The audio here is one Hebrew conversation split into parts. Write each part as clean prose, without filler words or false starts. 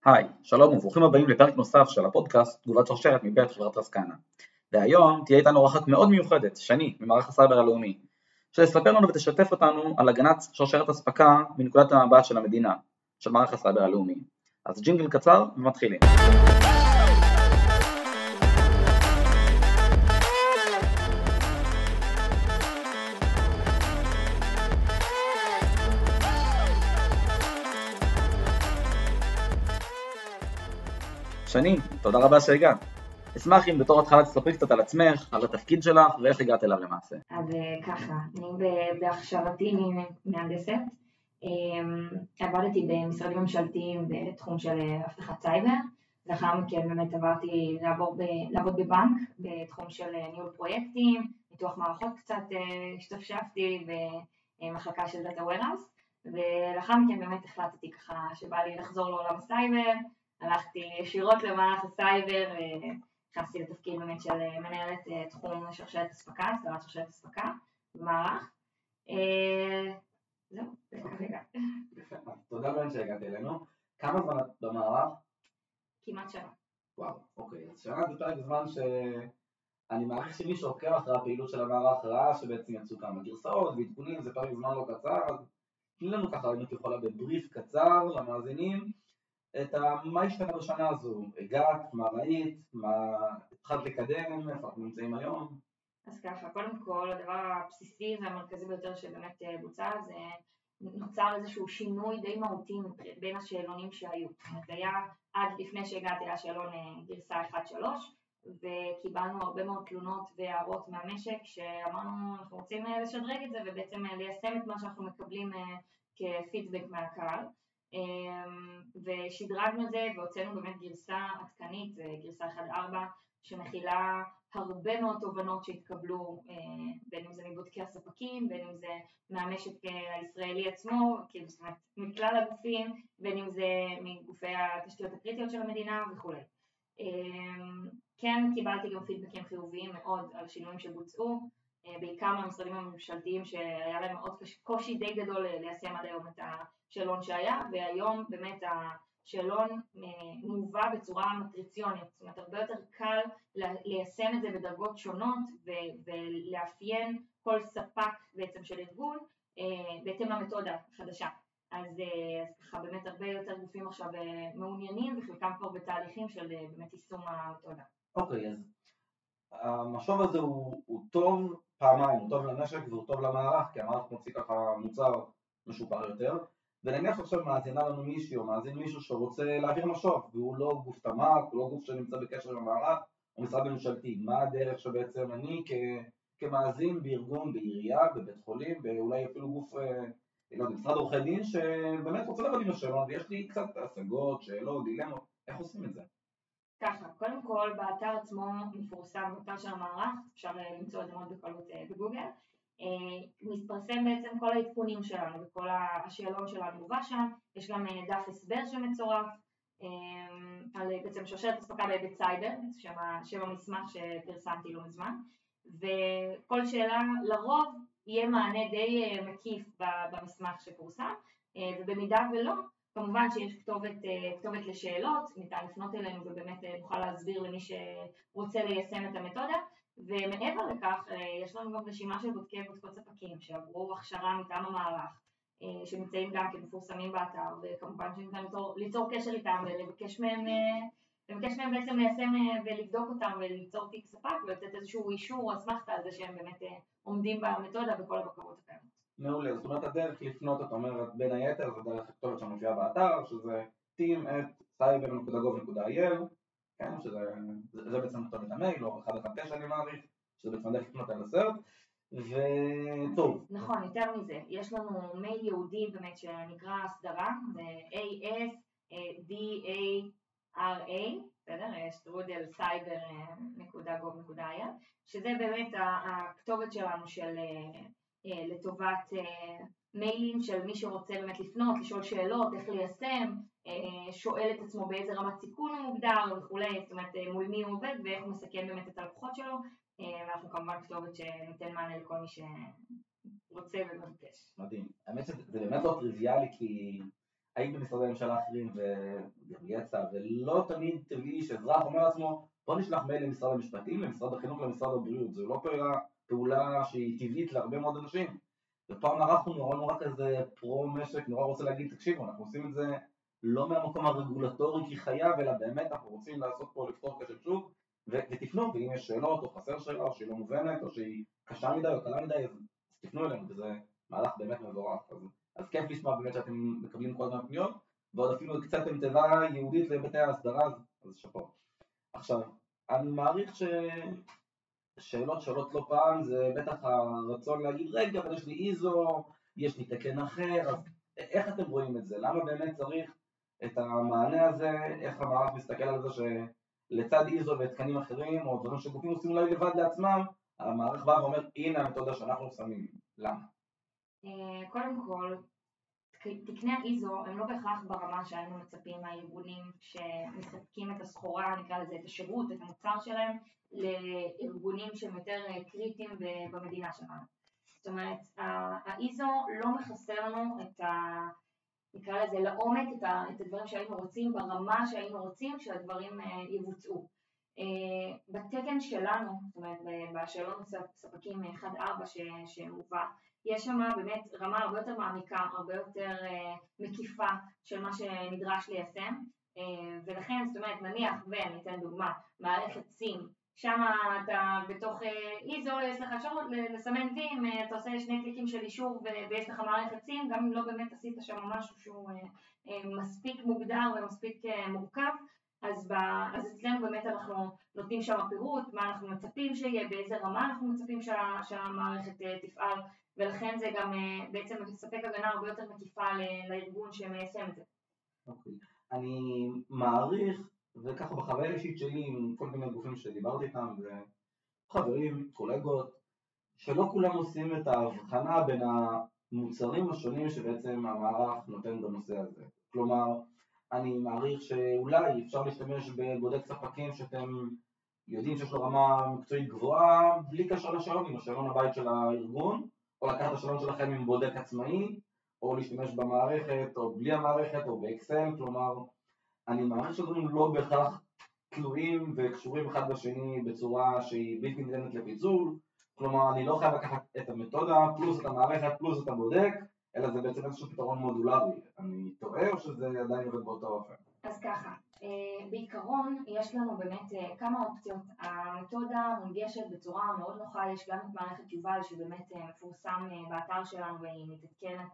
היי, שלום וברוכים הבאים לפרק נוסף של הפודקאסט תגובת שרשרת מבית חברת רסקנה. והיום תהיה איתנו אורחת מאוד מיוחדת, שני, ממערך הסייבר הלאומי, שתספר לנו ותשתף אותנו על הגנת שרשרת אספקה מנקודת המבט של המדינה, של מערך הסייבר הלאומי. אז ג'ינגל קצר ומתחילים. שני, תודה רבה שהגעת. אשמח אם בתור התחלה תספרי קצת על עצמך, על התפקיד שלך ואיך הגעת אליו למעשה. אז ככה, אני בהכשרתי מהנדסת, עבדתי במשרדים ממשלתיים בתחום של אבטחת סייבר, לאחר מכן באמת עברתי לעבוד בבנק, בתחום של ניהול פרויקטים, ניתוח מערכות קצת השתפשפתי במחלקה של דאטה ווירהאוס, ולאחר מכן באמת החלטתי ככה שבא לי לחזור לעולם הסייבר, הלכתי ישירות למערך הסייבר, נכנסתי לתפקיד באמת של מנהלת תחום שרשרת אספקה, הסדרת שרשרת אספקה במערך. זהו, רגע. תודה רבה שהגעת אלינו. כמה זמן את במערך? כמעט שנה. וואו, אוקיי. אז שנה זה פרק זמן שאני מעריך שמי שעוקב אחרי הפעילות של המערך ראה שבעצם יצאו כמה גרסאות ועדכונים, זה פרק זמן לא קצר, אז תני לנו ככה, אם את יכולה בבריף קצר למאזינים, מה השתנה בשנה הזו? הגעת, מה ראית, מה התחלת לקדם, איפה אנחנו נמצאים היום? אז ככה, קודם כל, הדבר הבסיסי והמרכזי ביותר שבאמת בוצע, זה נוצר איזשהו שינוי די מהותי בין השאלונים שהיו. זאת היה, עד לפני שהגעתי לשאלון גרסה 1.3, וקיבלנו הרבה מאוד תלונות והערות מהמשק, שאמרנו, אנחנו רוצים לשדרג את זה, ובעצם ליישם את מה שאנחנו מקבלים כפידבק מהקהל. ושדרגנו את זה והוצאנו באמת גרסה עדכנית, גרסה 1.4 שמכילה הרבה מאוד תובנות שהתקבלו, בין אם זה מבודקי הספקים, בין אם זה מהמשק הישראלי עצמו, כאילו זאת אומרת מכלל הגופים, בין אם זה מגופי התשתיות הקריטיות של המדינה וכו'. כן קיבלתי גם פידבקים חיוביים מאוד על השינויים שבוצעו, בעיקר מהמשרדים הממשלתיים שהיה להם מאוד קושי די גדול ליישם עד היום את השאלון שהיה, והיום באמת השאלון מובא בצורה מטריציונית, זאת אומרת הרבה יותר קל ליישם את זה בדרגות שונות ולאפיין כל ספק בעצם של ארגון בהתאם למתודה החדשה. אז ככה באמת הרבה יותר גופים עכשיו מעוניינים וחלקם כבר בתהליכים של באמת יישום המתודה. אוקיי, אז המשוב הזה הוא טוב פעמיים, הוא טוב למשק והוא טוב למערך, כי המערך מוציא ככה מוצר משופר יותר, ונניח עכשיו מאזינה לנו מישהו או מאזין מישהו שרוצה להעביר משוב, והוא לא גוף תמ"ק, הוא לא גוף שנמצא בקשר עם המערך, או משרד ממשלתי. מה הדרך שבעצם אני כמאזין בארגון, בעירייה, בבית חולים, ואולי אפילו גוף, משרד עורכי דין, שבאמת רוצה לעבוד עם השאלון, ויש לי קצת השגות, שאלות, דילמות, איך עושים את זה? ככה, קודם כל באתר עצמו מפורסם, באתר של המערך, אפשר למצוא את זה מאוד בקלות בגוגל, מתפרסם בעצם כל העדכונים שלנו וכל השאלון שלנו מובא שם, יש גם דף הסבר שמצורף על בעצם שרשרת אספקה בהיבט סייבר, שם המסמך שפרסמתי לא מזמן, וכל שאלה לרוב יהיה מענה די מקיף במסמך שפורסם, ובמידה ולא, כמובן שיש כתובת לשאלות, ניתן לפנות אלינו ובאמת נוכל להסביר למי שרוצה ליישם את המתודה, ומעבר לכך יש לנו גם רשימה של בודקי ובודקות ספקים שעברו הכשרה מטעם המערך, שנמצאים גם כמפורסמים באתר, וכמובן שניתן ליצור קשר איתם ולבקש מהם בעצם ליישם ולבדוק אותם וליצור תיק ספק ולתת איזשהו אישור או אסמכתה על זה שהם באמת עומדים במתודה וכל הבקרות הקיימות. מעולה, זאת אומרת הדרך לפנות, את אומרת בין היתר, זה דרך הכתובת שמופיעה באתר, שזה team@cyber.gov.il, כן, שזה בעצם כתובת המייל, או 119 אני מעריך, שזה בעצם דרך לפנות על הסרט, וטוב. נכון, יותר מזה, יש לנו מייל יהודי באמת שנקרא הסדרה, זה ASDARA, בסדר? strudel.cyber.gov.il, שזה באמת הכתובת שלנו של לטובת מיילים של מי שרוצה באמת לפנות, לשאול שאלות, איך ליישם, שואל את עצמו באיזה רמת סיכון הוא מוגדר וכולי, זאת אומרת מול מי הוא עובד ואיך הוא מסכן באמת את הלקוחות שלו, ואנחנו כמובן כתובת שניתן מענה לכל מי שרוצה ומבקש. מדהים. האמת שזה באמת לא טריוויאלי, כי היית במשרדי ממשלה אחרים וגם יצא, ולא תמיד טבעי שאזרח אומר לעצמו, בוא נשלח מייל למשרד המשפטים, למשרד החינוך, למשרד הבריאות, זו לא פעולה שהיא טבעית להרבה מאוד אנשים. ופעם אנחנו נורא כזה פרו-משק, נורא רוצה להגיד, תקשיבו, אנחנו עושים את זה לא מהמקום הרגולטורי כי חייב, אלא באמת אנחנו רוצים לעשות פה לפתור כשל שוק, ותפנו, ואם יש שאלות או חסר שאלה, או שהיא לא מובנת, או שהיא קשה מדי או קלה מדי, אז תפנו אלינו, וזה מהלך באמת מבורך. אז כיף לשמוע באמת שאתם מקבלים כל הזמן פניות, ועוד אפילו הקצתם תיבה ייעודית להיבטי ההסדרה, אז שאפו. עכשיו, אני מעריך ששאלות שעולות לא פעם זה בטח הרצון להגיד, רגע, אבל יש לי איזו, יש לי תקן אחר, אז איך אתם רואים את זה? למה באמת צריך את המענה הזה? איך המערך מסתכל על זה שלצד איזו ותקנים אחרים, או דברים שגופים עושים אולי לבד לעצמם, המערך בא ואומר, הנה המתודה שאנחנו שמים. למה? קודם כל, תקני האיזו הם לא בהכרח ברמה שהיינו מצפים מהארגונים שמספקים את הסחורה, נקרא לזה את השירות, את המוצר שלהם, לארגונים שהם יותר קריטיים במדינה שלנו. זאת אומרת, האיזו לא מחסר לנו נקרא לזה לעומק את הדברים שהיינו רוצים, ברמה שהיינו רוצים שהדברים יבוצעו. בתקן שלנו, זאת אומרת בשאלון ספקים 1-4 שמובא, יש שם באמת רמה הרבה יותר מעמיקה, הרבה יותר מקיפה של מה שנדרש ליישם, ולכן זאת אומרת נניח וניתן דוגמה, מערכת סים, שם אתה בתוך איזו יש לך אפשרות לסמן וי, אתה עושה 2 קליקים של אישור ויש לך מערכת סים, גם אם לא באמת עשית שם משהו שהוא מספיק מוגדר ומספיק מורכב, אז אצלנו באמת אנחנו נותנים שם פירוט, מה אנחנו מצפים שיהיה, באיזה רמה אנחנו מצפים שהמערכת תפעל, ולכן זה גם בעצם מספק הגנה הרבה יותר מקיפה לארגון שמיישם את זה. אוקיי. אני מעריך, וככה בחוויה אישית שלי עם כל מיני גופים שדיברתי איתם, וחברים, קולגות, שלא כולם עושים את ההבחנה בין המוצרים השונים שבעצם המערך נותן בנושא הזה. כלומר, אני מעריך שאולי אפשר להשתמש בבודק ספקים שאתם יודעים שיש לו רמה מקצועית גבוהה, בלי קשר לשאלון, עם השאלון הבית של הארגון, או לקחת את השאלון שלכם עם בודק עצמאי, או להשתמש במערכת, או בלי המערכת, או באקסל, כלומר, אני מעריך שדברים לא בהכרח תלויים וקשורים אחד בשני בצורה שהיא בלתי ניתנת לפיצול, כלומר, אני לא חייב לקחת את המתודה, פלוס את המערכת, פלוס את הבודק, אלא זה בעצם איזשהו פתרון מודולרי. אני טועה או שזה עדיין עובד באותו אופן? אז ככה, בעיקרון יש לנו באמת כמה אופציות. המתודה מונגשת בצורה מאוד נוחה, יש גם את מערכת יובל שבאמת מפורסם באתר שלנו והיא מתעדכנת,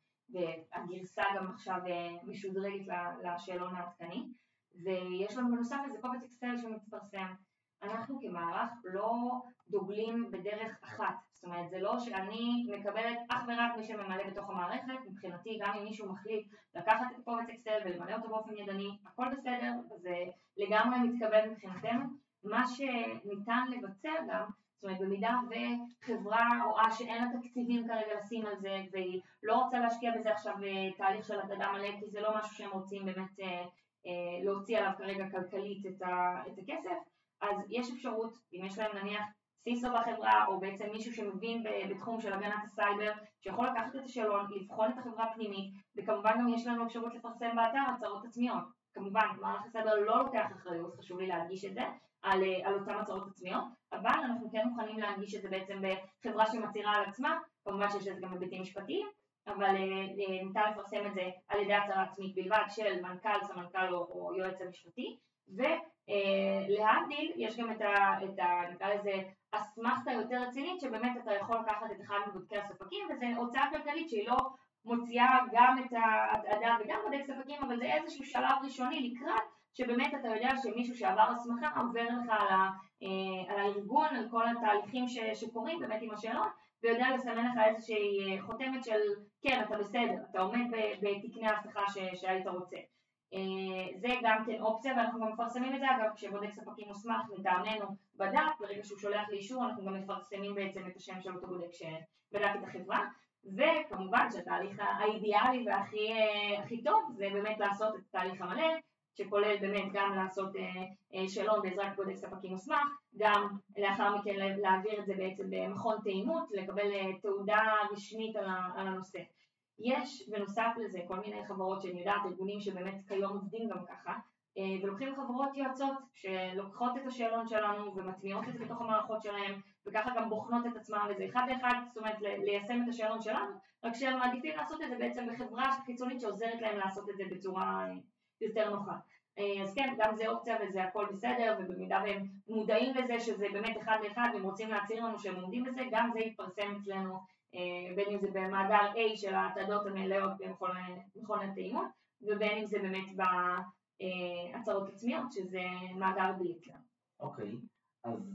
והגרסה גם עכשיו משודרגת לשאלון העדכני, ויש לנו בנוסף איזה קובץ אקסל שמתפרסם. אנחנו כמערך לא דוגלים בדרך אחת, זאת אומרת זה לא שאני מקבלת אך ורק מי שממלא בתוך המערכת, מבחינתי גם אם מישהו מחליט לקחת את קובץ אקסל ולמלא אותו באופן ידני, הכל בסדר, זה לגמרי מתקבל מבחינתנו. מה שניתן לבצע גם, זאת אומרת במידה וחברה רואה שאין לה תקציבים כרגע לשים על זה והיא לא רוצה להשקיע בזה עכשיו תהליך של התעדה מלא, כי זה לא משהו שהם רוצים באמת להוציא עליו כרגע כלכלית את הכסף, אז יש אפשרות, אם יש להם נניח סיסו בחברה, או בעצם מישהו שמבין בתחום של הגנת הסייבר, שיכול לקחת את השאלון, לבחון את החברה הפנימית, וכמובן גם יש לנו אפשרות לפרסם באתר הצהרות עצמיות. כמובן, מערך הסייבר לא לוקח אחריות, חשוב לי להדגיש את זה, על אותם הצהרות עצמיות, אבל אנחנו כן מוכנים להדגיש את זה בעצם בחברה שמצהירה על עצמה, כמובן שיש לזה גם היבטים משפטיים, אבל ניתן לפרסם את זה על ידי הצהרה עצמית בלבד של מנכ"ל, סמנכ"ל או יועץ המשפטי, ולהבדיל יש גם נקרא לזה אסמכתה יותר רצינית שבאמת אתה יכול לקחת את אחד מבודקי הספקים, וזה הוצאה כלכלית שהיא לא מוציאה גם את ההתעדה וגם בודק ספקים, אבל זה איזשהו שלב ראשוני לקראת שבאמת אתה יודע שמישהו שעבר הסמכה עובר לך על הארגון, על כל התהליכים שקורים באמת עם השאלון, ויודע לסמן לך איזושהי חותמת של כן אתה בסדר, אתה עומד בתקני ההבטחה שהיית רוצה. זה גם כן אופציה, ואנחנו גם מפרסמים את זה, אגב, כשבודק ספקים מוסמך מטעמנו בדק, ברגע שהוא שולח לאישור, אנחנו גם מפרסמים בעצם את השם של אותו בודק שבדק את החברה, וכמובן שהתהליך האידיאלי והכי טוב זה באמת לעשות את התהליך המלא, שכולל באמת גם לעשות שאלון בעזרת בודק ספקים מוסמך, גם לאחר מכן להעביר את זה בעצם במכון תאימות, לקבל תעודה רשמית על הנושא. יש בנוסף לזה כל מיני חברות שאני יודעת, ארגונים שבאמת כיום עובדים גם ככה, ולוקחים חברות יועצות שלוקחות את השאלון שלנו ומטמיעות את זה בתוך המערכות שלהם, וככה גם בוחנות את עצמם, וזה אחד לאחד, זאת אומרת ליישם את השאלון שלנו, רק שהם מעדיפים לעשות את זה בעצם בחברה חיצונית שעוזרת להם לעשות את זה בצורה יותר נוחה. אז כן, גם זה אופציה וזה הכל בסדר, ובמידה והם מודעים לזה שזה באמת אחד לאחד והם רוצים להצהיר לנו שהם עומדים בזה, גם זה יתפרסם אצלנו, בין אם זה במאגר A של ההטרדות המלאות במכון התאימות, ובין אם זה באמת בהצהרות עצמיות, שזה מאגר B אצלנו. אוקיי, אז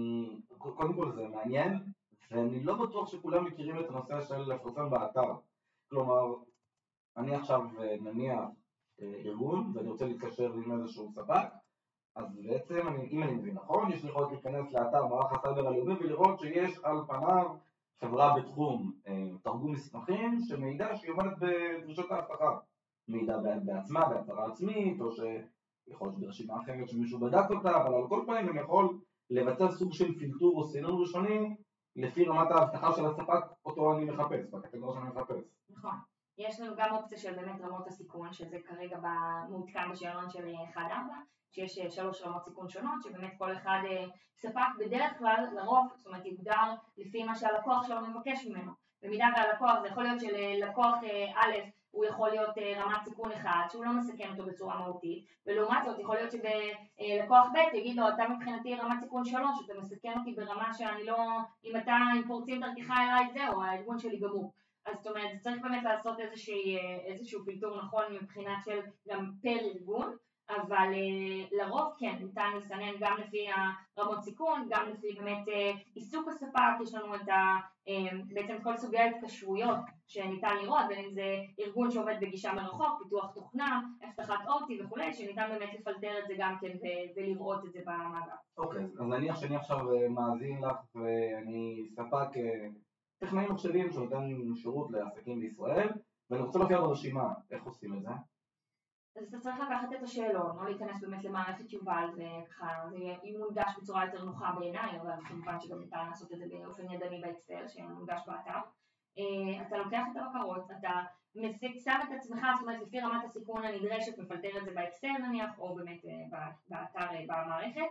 קודם כל זה מעניין, ואני לא בטוח שכולם מכירים את הנושא של לפרסם באתר. כלומר, אני עכשיו נניח ארגון, ואני רוצה להתקשר עם איזשהו ספק, אז בעצם, אם אני מבין נכון, יש לי יכולת להיכנס לאתר מערך הסייבר הלאומי ולראות שיש על פניו חברה בתחום תרגום מסמכים שמעידה שהיא עומדת בדרישות האבטחה. מעידה בעצמה, בהצהרה עצמית, או שיכול להיות ברשימה אחרת שמישהו בדק אותה, אבל על כל פנים אני יכול לבצע סוג של פילטור או סינון ראשוני לפי רמת האבטחה של הספק אותו אני מחפש, בקטגוריה שאני מחפש. נכון. יש לנו גם אופציה של באמת רמות הסיכון, שזה כרגע מעודכן בשאלון של 1-4, שיש 3 רמות סיכון שונות, שבאמת כל אחד ספק בדרך כלל, לרוב, זאת אומרת, יוגדר לפי מה שהלקוח שלו מבקש ממנו. במידה והלקוח, זה יכול להיות שללקוח א', הוא יכול להיות רמת סיכון 1, שהוא לא מסכן אותו בצורה מהותית, ולעומת זאת יכול להיות שבלקוח ב' יגיד לו, אתה מבחינתי רמת סיכון 3, אתה מסכן אותי ברמה שאני לא, אם פורצים דרכך אליי, זהו, הארגון שלי גמור. אז זאת אומרת, צריך באמת לעשות איזשהו פילטור נכון מבחינת של גם פר ארגון, אבל לרוב כן, ניתן לסנן גם לפי הרמות סיכון, גם לפי באמת עיסוק הספק, יש לנו בעצם את כל סוגי ההתקשרויות שניתן לראות, בין אם זה ארגון שעובד בגישה מרחוק, פיתוח תוכנה, אבטחת OT וכולי, שניתן באמת לפלטר את זה גם כן ולראות את זה במאגר. אוקיי, אז נניח שאני עכשיו מאזין לך ואני ספק טכנאים מחשבים שנותן שירות לעסקים בישראל, ואני רוצה להופיע ברשימה, איך עושים את זה? אז אתה צריך לקחת את השאלון, או להיכנס באמת למערכת יובל, וככה זה יהיה מונגש בצורה יותר נוחה בעיניי, אבל כמובן שגם ניתן לעשות את זה באופן ידני באקסל, שמונגש באתר. אתה לוקח את הבקרות, אתה שם את עצמך, זאת אומרת לפי רמת הסיכון הנדרשת, מפלטר את זה באקסל נניח, או באמת באתר במערכת,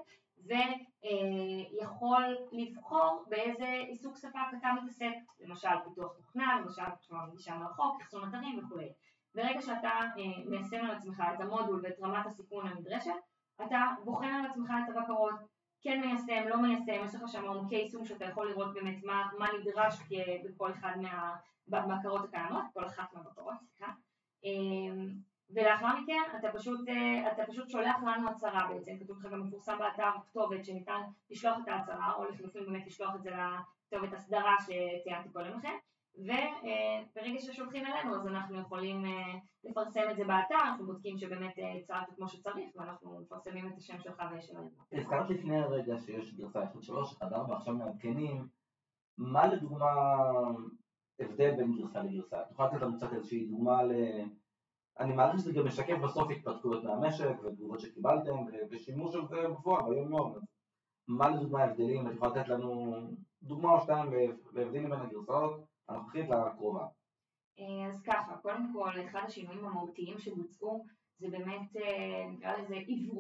ויכול לבחור באיזה עיסוק ספק אתה מתעסק, למשל פיתוח תוכנה, למשל גישה מרחוק, אחסון אתרים וכו'. ברגע שאתה מיישם על עצמך את המודול ואת רמת הסיכון הנדרשת, אתה בוחן על עצמך את הבקרות, כן מיישם, לא מיישם, יש לך שם עומקי יישום שאתה יכול לראות באמת מה נדרש בכל אחד מהבקרות הקיימות, כל אחת מהבקרות, סליחה. ולאחר מכן אתה פשוט שולח לנו הצהרה בעצם, כתוב לך גם מפורסם באתר כתובת שניתן לשלוח את ההצהרה, או לחלופין באמת לשלוח את זה לכתובת הסדרה שציינתי קודם לכן, וברגע ששולחים אלינו אז אנחנו יכולים לפרסם את זה באתר, אנחנו בודקים שבאמת הצהרת כמו שצריך, ואנחנו מפרסמים את השם שלך ושל הארגון. הזכרת לפני הרגע שיש גרסה 1.3, 1.4, עכשיו מעדכנים, מה לדוגמה הבדל בין גרסה לגרסה? תוכל לתת לנו קצת איזושהי דוגמה אני מעריך שזה גם משקף בסוף התפתחויות מהמשק ותגובות שקיבלתם ושימוש של זה בפועל ביום יום. מה לדוגמה ההבדלים? את יכולה לתת לנו דוגמה או שתיים והבדלים בין הגרסאות הנוכחית לקרובה. אז ככה, קודם כל אחד השינויים המהותיים שבוצעו זה באמת נקרא לזה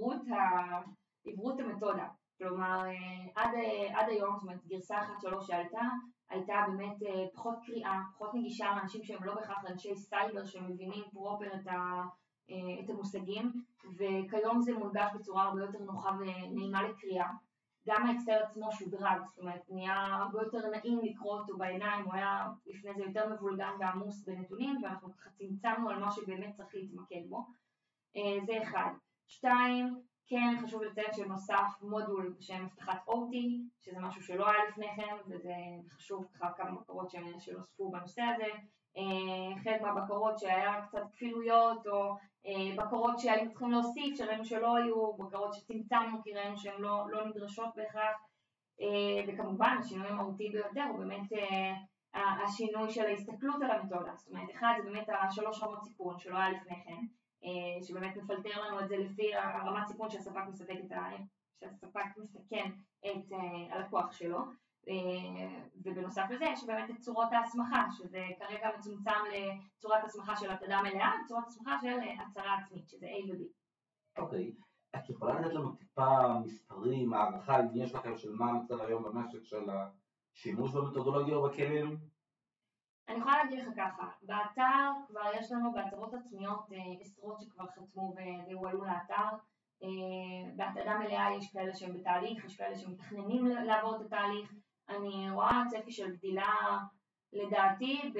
עברות המתודה. כלומר עד היום, זאת אומרת גרסה 1.3 הייתה באמת פחות קריאה, פחות נגישה לאנשים שהם לא בהכרח אנשי סייבר שמבינים פרופר את המושגים, וכיום זה מונגש בצורה הרבה יותר נוחה ונעימה לקריאה. גם האקסל עצמו שודרג, זאת אומרת נהיה הרבה יותר נעים לקרוא אותו בעיניים, הוא היה לפני זה יותר מבולגן ועמוס בנתונים, ואנחנו ככה צמצמנו על מה שבאמת צריך להתמקד בו. זה אחד. 2, כן חשוב לציין שנוסף מודול בשם אבטחת OT, שזה משהו שלא היה לפני כן, וזה חשוב כמה בקרות שנוספו בנושא הזה. חלק מהבקרות שהיה קצת כפילויות, או בקרות שהיינו צריכים להוסיף, שראינו שלא היו, בקרות שצמצמנו כי ראינו שהן לא נדרשות בהכרח. וכמובן השינוי המהותי ביותר הוא באמת השינוי של ההסתכלות על המתודה. זאת אומרת, אחד זה באמת 3 רמות סיכון שלא היה לפני כן, שבאמת מפלטר לנו את זה לפי הרמת סיכון שהספק מסכן את הלקוח שלו, ובנוסף לזה יש באמת את צורות ההסמכה, שזה כרגע מצומצם לצורת הסמכה של התעדה מלאה, וצורת הסמכה של הצהרה עצמית, שזה A ו-B. אוקיי, את יכולה לתת לנו טיפה מספרים, הערכה, אם יש לכם של מה המצב היום במשק של השימוש במתודולוגיה או בכלים? אני יכולה להגיד לך ככה, באתר כבר יש לנו בהצהרות עצמיות עשרות שכבר חתמו והועלו לאתר, בהתעדה מלאה יש כאלה שהם בתהליך, יש כאלה שמתכננים לעבור את התהליך, אני רואה צפי של גדילה לדעתי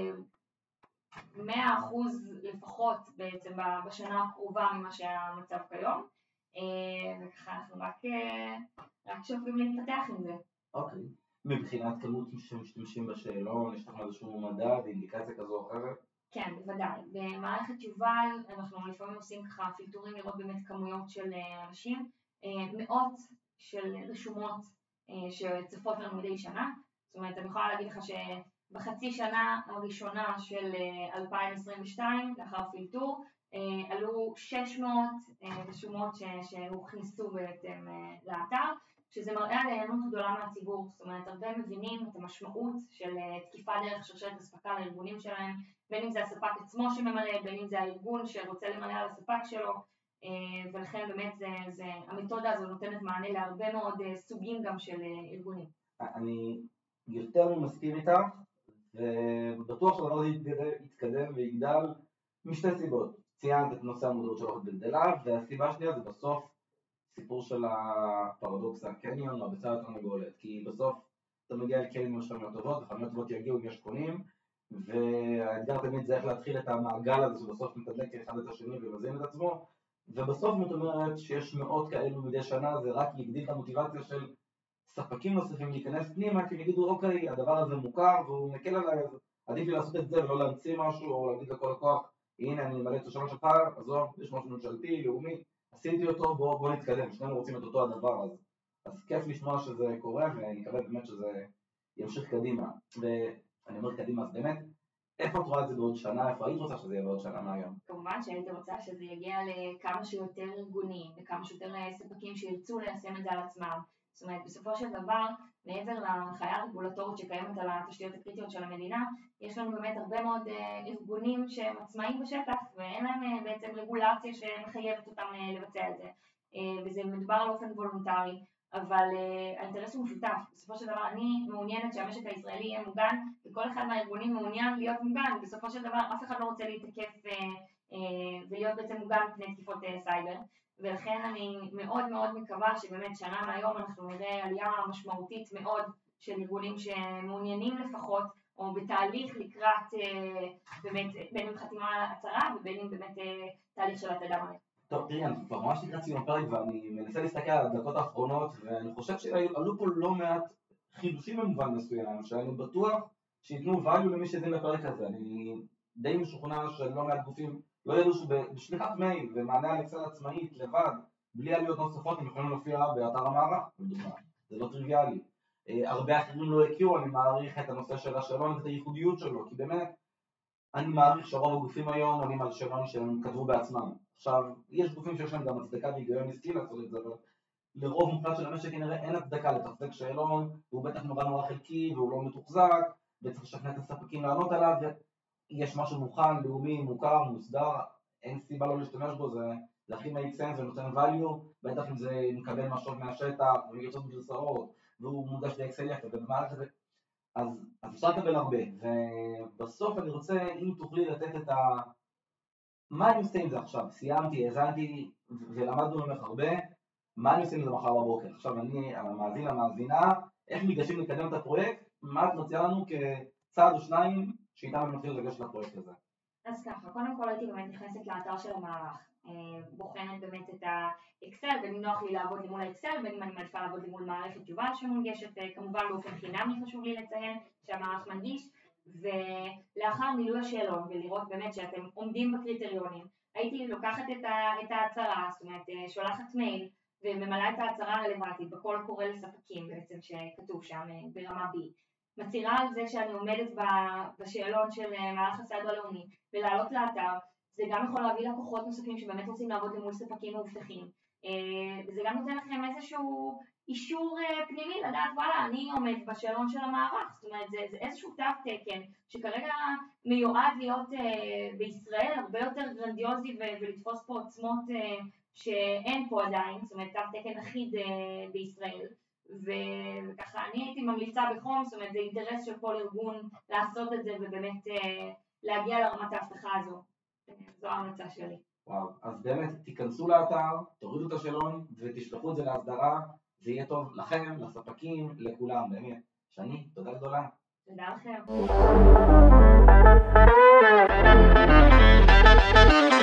ב-100% לפחות בעצם בשנה הקרובה ממה שהמצב כיום, וככה אנחנו רק שואפים להתפתח עם זה. אוקיי. מבחינת כמות שמשתמשים בשאלון, יש לכם איזשהו מדד, אינדיקציה כזו או אחרת? כן, בוודאי. במערכת יובל אנחנו לפעמים עושים ככה פילטורים לראות באמת כמויות של אנשים, מאות של רשומות שצפות לנו מדי שנה, זאת אומרת אני יכולה להגיד לך שבחצי שנה הראשונה של 2022 לאחר פילטור עלו 600 רשומות שהוכנסו בעצם לאתר, שזה מראה על העניינות גדולה מהציבור, זאת אומרת הרבה מבינים את המשמעות של תקיפה דרך שרשרת אספקה לארגונים שלהם, בין אם זה הספק עצמו שממלא, בין אם זה הארגון שרוצה למלא על הספק שלו, ולכן באמת המתודה הזו נותנת מענה להרבה מאוד סוגים גם של ארגונים. אני יותר מסכים איתך, ובטוח שהדבר הזה יתקדם ויגדל משתי סיבות. ציינת את נושא המודעות שלו בגדלה, והסיבה השנייה זה בסוף סיפור של הפרדוקס הקניון או הביצה התרנגולת, כי בסוף אתה מגיע לקניון של חנויות טובות, וחנויות טובות יגיעו אם יש קונים, והאתגר תמיד זה איך להתחיל את המעגל הזה שבסוף מתדלק אחד את השני ומזין את עצמו, ובסוף זאת אומרת שיש מאות כאלו מדי שנה, זה רק יגדיל את המוטיבציה של ספקים נוספים להיכנס פנימה, כי יגידו אוקיי, הדבר הזה מוכר והוא מקל עליי, אז עדיף לי לעשות את זה ולא להמציא משהו או להגיד לכל לקוח, הנה אני מלא את השלום שלך, עזוב, יש משהו ממשלתי, לאומי, עשיתי אותו, בוא נתקדם, שנינו רוצים את אותו הדבר, אז כיף לשמוע שזה קורה, ואני מקווה באמת שזה ימשיך קדימה. ואני אומר קדימה, אז באמת, איפה את רואה את זה בעוד שנה, איפה היית רוצה שזה יהיה בעוד שנה מהיום? כמובן שהייתי רוצה שזה יגיע לכמה שיותר ארגונים, וכמה שיותר ספקים שירצו ליישם את זה על עצמם. זאת אומרת, בסופו של דבר, מעבר להנחיה הרגולטורית שקיימת על התשתיות הקריטיות של המדינה, יש לנו באמת הרבה מאוד ארגונים שהם עצמאים בשטח, ואין להם בעצם רגולציה שמחייבת אותם לבצע את זה. וזה מדובר באופן וולונטרי, אבל האינטרס הוא משותף. בסופו של דבר אני מעוניינת שהמשק הישראלי יהיה מוגן, וכל אחד מהארגונים מעוניין להיות מוגן, ובסופו של דבר אף אחד לא רוצה להתקף ולהיות בעצם מוגן מפני תקיפות סייבר. ולכן אני מאוד מאוד מקווה שבאמת שנה מהיום אנחנו נראה עלייה משמעותית מאוד של ארגונים שמעוניינים לפחות, או בתהליך לקראת באמת בין אם חתימה על הצהרה ובין אם באמת תהליך של התעדה מלאה. טוב, תראי, אנחנו כבר ממש לקראת סיום הפרק ואני מנסה להסתכל על הדקות האחרונות, ואני חושב שעלו פה לא מעט חידושים במובן מסוים, שאני בטוח שיתנו value למי שדין לפרק הזה. אני די משוכנע שלא מעט גופים לא ידעו שבשליחת מייל ומענה על אקסל עצמאית לבד, בלי עלויות נוספות, הם יכולים להופיע באתר המערך, לדוגמה. זה לא טריוויאלי. הרבה אחרים לא הכירו, אני מעריך את הנושא של השאלון ואת הייחודיות שלו, כי באמת אני מעריך שרוב הגופים היום עונים על שאלון שהם כתבו בעצמם. עכשיו, יש גופים שיש להם גם הצדקה והיגיון עסקי לעשות את זה, אבל לרוב מוחלט של המשק כנראה אין הצדקה לתחזק שאלון, והוא בטח נורא חלקי והוא לא מתוחזק, וצריך לשכנע את הספקים לענות עליו, יש משהו מוכן, לאומי, מוכר, מוסדר, אין סיבה לא להשתמש בו, זה הכי make sense ונותן value, בטח אם זה מקבל משהו מהשטח, ויוצאות גרסאות, והוא מודש באקסל יפה, ובמערכת זה, אז אפשר לקבל הרבה, ובסוף אני רוצה, אם תוכלי לתת את מה אני עושה עם זה עכשיו? סיימתי, האזנתי ולמדנו ממך הרבה, מה אני עושה עם זה מחר בבוקר? עכשיו אני, המאזין, המאזינה, איך ניגשים לקדם את הפרויקט, מה את מציעה לנו כצעד או שניים שאיתם אני מתחיל לגשת לפרויקט הזה? אז ככה, קודם כל הייתי באמת נכנסת לאתר של המערך, בוחנת באמת את האקסל, בין אם נוח לי לעבוד למול האקסל, בין אם אני מעדיפה לעבוד למול מערכת יובל שמונגשת, כמובן באופן חינמי חשוב לי לציין שהמערך מנגיש, ולאחר מילוי השאלון ולראות באמת שאתם עומדים בקריטריונים, הייתי לוקחת את ההצהרה, זאת אומרת שולחת מייל וממלאה את ההצהרה הרלוונטית בקול קורא לספקים בעצם שכתוב שם ברמה B, מצהירה על זה שאני עומדת בשאלון של מערך הסייבר הלאומי ולעלות לאתר. זה גם יכול להביא לקוחות נוספים שבאמת רוצים לעבוד למול ספקים מאובטחים, וזה גם נותן לכם איזשהו אישור פנימי לדעת, וואלה, אני עומד בשאלון של המערך, זאת אומרת, זה איזשהו תו תקן שכרגע מיועד להיות בישראל הרבה יותר גרנדיוזי ולתפוס פה עוצמות שאין פה עדיין, זאת אומרת, תו תקן אחיד בישראל, וככה אני הייתי ממליצה בחום, זאת אומרת, זה אינטרס של כל ארגון לעשות את זה ובאמת להגיע לרמת ההבטחה הזו. זו ההמלצה שלי. וואו, אז באמת תיכנסו לאתר, תורידו את השאלון ותשלחו את זה להסדרה, זה יהיה טוב לכם, לספקים, לכולם, באמת. שני, תודה גדולה. תודה לכם.